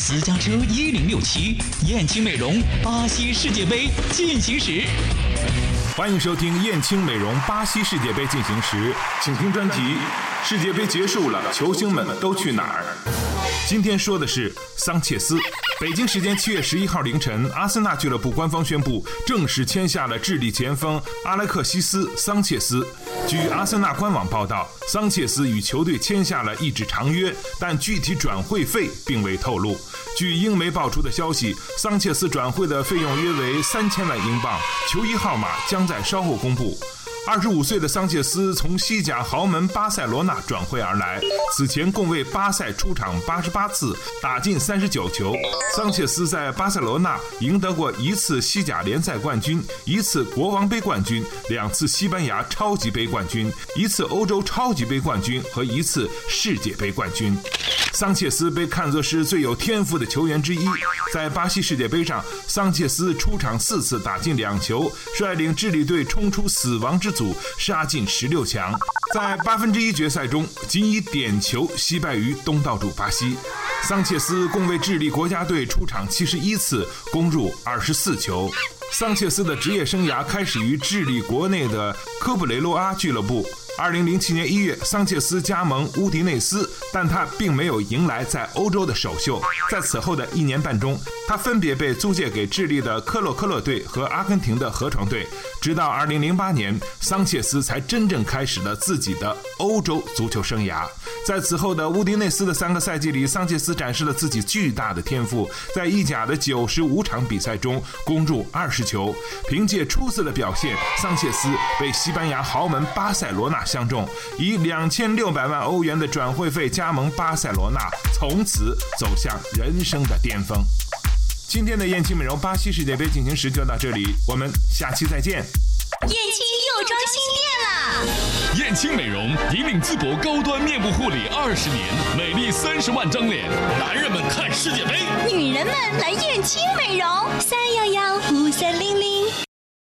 私家车1067，燕青美容巴西世界杯进行时。 欢迎收听燕青美容巴西世界杯进行时，请听专辑世界杯结束了，球星们都去哪儿？今天说的是桑切斯。北京时间7月11号凌晨，阿森纳俱乐部官方宣布正式签下了智利前锋阿莱克西斯·桑切斯。据阿森纳官网报道，桑切斯与球队签下了1纸长约，但具体转会费并未透露。据英媒爆出的消息，桑切斯转会的费用约为3000万英镑，球衣号码将在稍后公布。25岁的桑切斯从西甲豪门巴塞罗那转会而来，此前共为巴塞出场88次，打进39球。桑切斯在巴塞罗那赢得过1次西甲联赛冠军、1次国王杯冠军、2次西班牙超级杯冠军、1次欧洲超级杯冠军和1次世界杯冠军。桑切斯被看作是最有天赋的球员之一，在巴西世界杯上，桑切斯出场4次，打进2球，率领智利队冲出死亡之组，杀进16强。在1/8决赛中，仅以点球惜败于东道主巴西。桑切斯共为智利国家队出场71次，攻入24球。桑切斯的职业生涯开始于智利国内的科布雷罗阿俱乐部。2007年1月，桑切斯加盟乌迪内斯，但他并没有迎来在欧洲的首秀。在此后的1年半中，他分别被租借给智利的科洛科勒队和阿根廷的河床队。直到2008年，桑切斯才真正开始了自己的欧洲足球生涯。在此后的乌迪内斯的3个赛季里，桑切斯展示了自己巨大的天赋，在意甲的95场比赛中攻入20球。凭借出色的表现，桑切斯被西班牙豪门巴塞罗那相中，以2600万欧元的转会费加盟巴塞罗那，从此走向人生的巅峰。今天的燕青美容巴西世界杯进行时就到这里，我们下期再见。 燕青又装新店啦！ 燕青美容引领淄博高端面部护理20年，美丽30万张脸。男人们看世界杯， 女人们来燕青美容，3115300。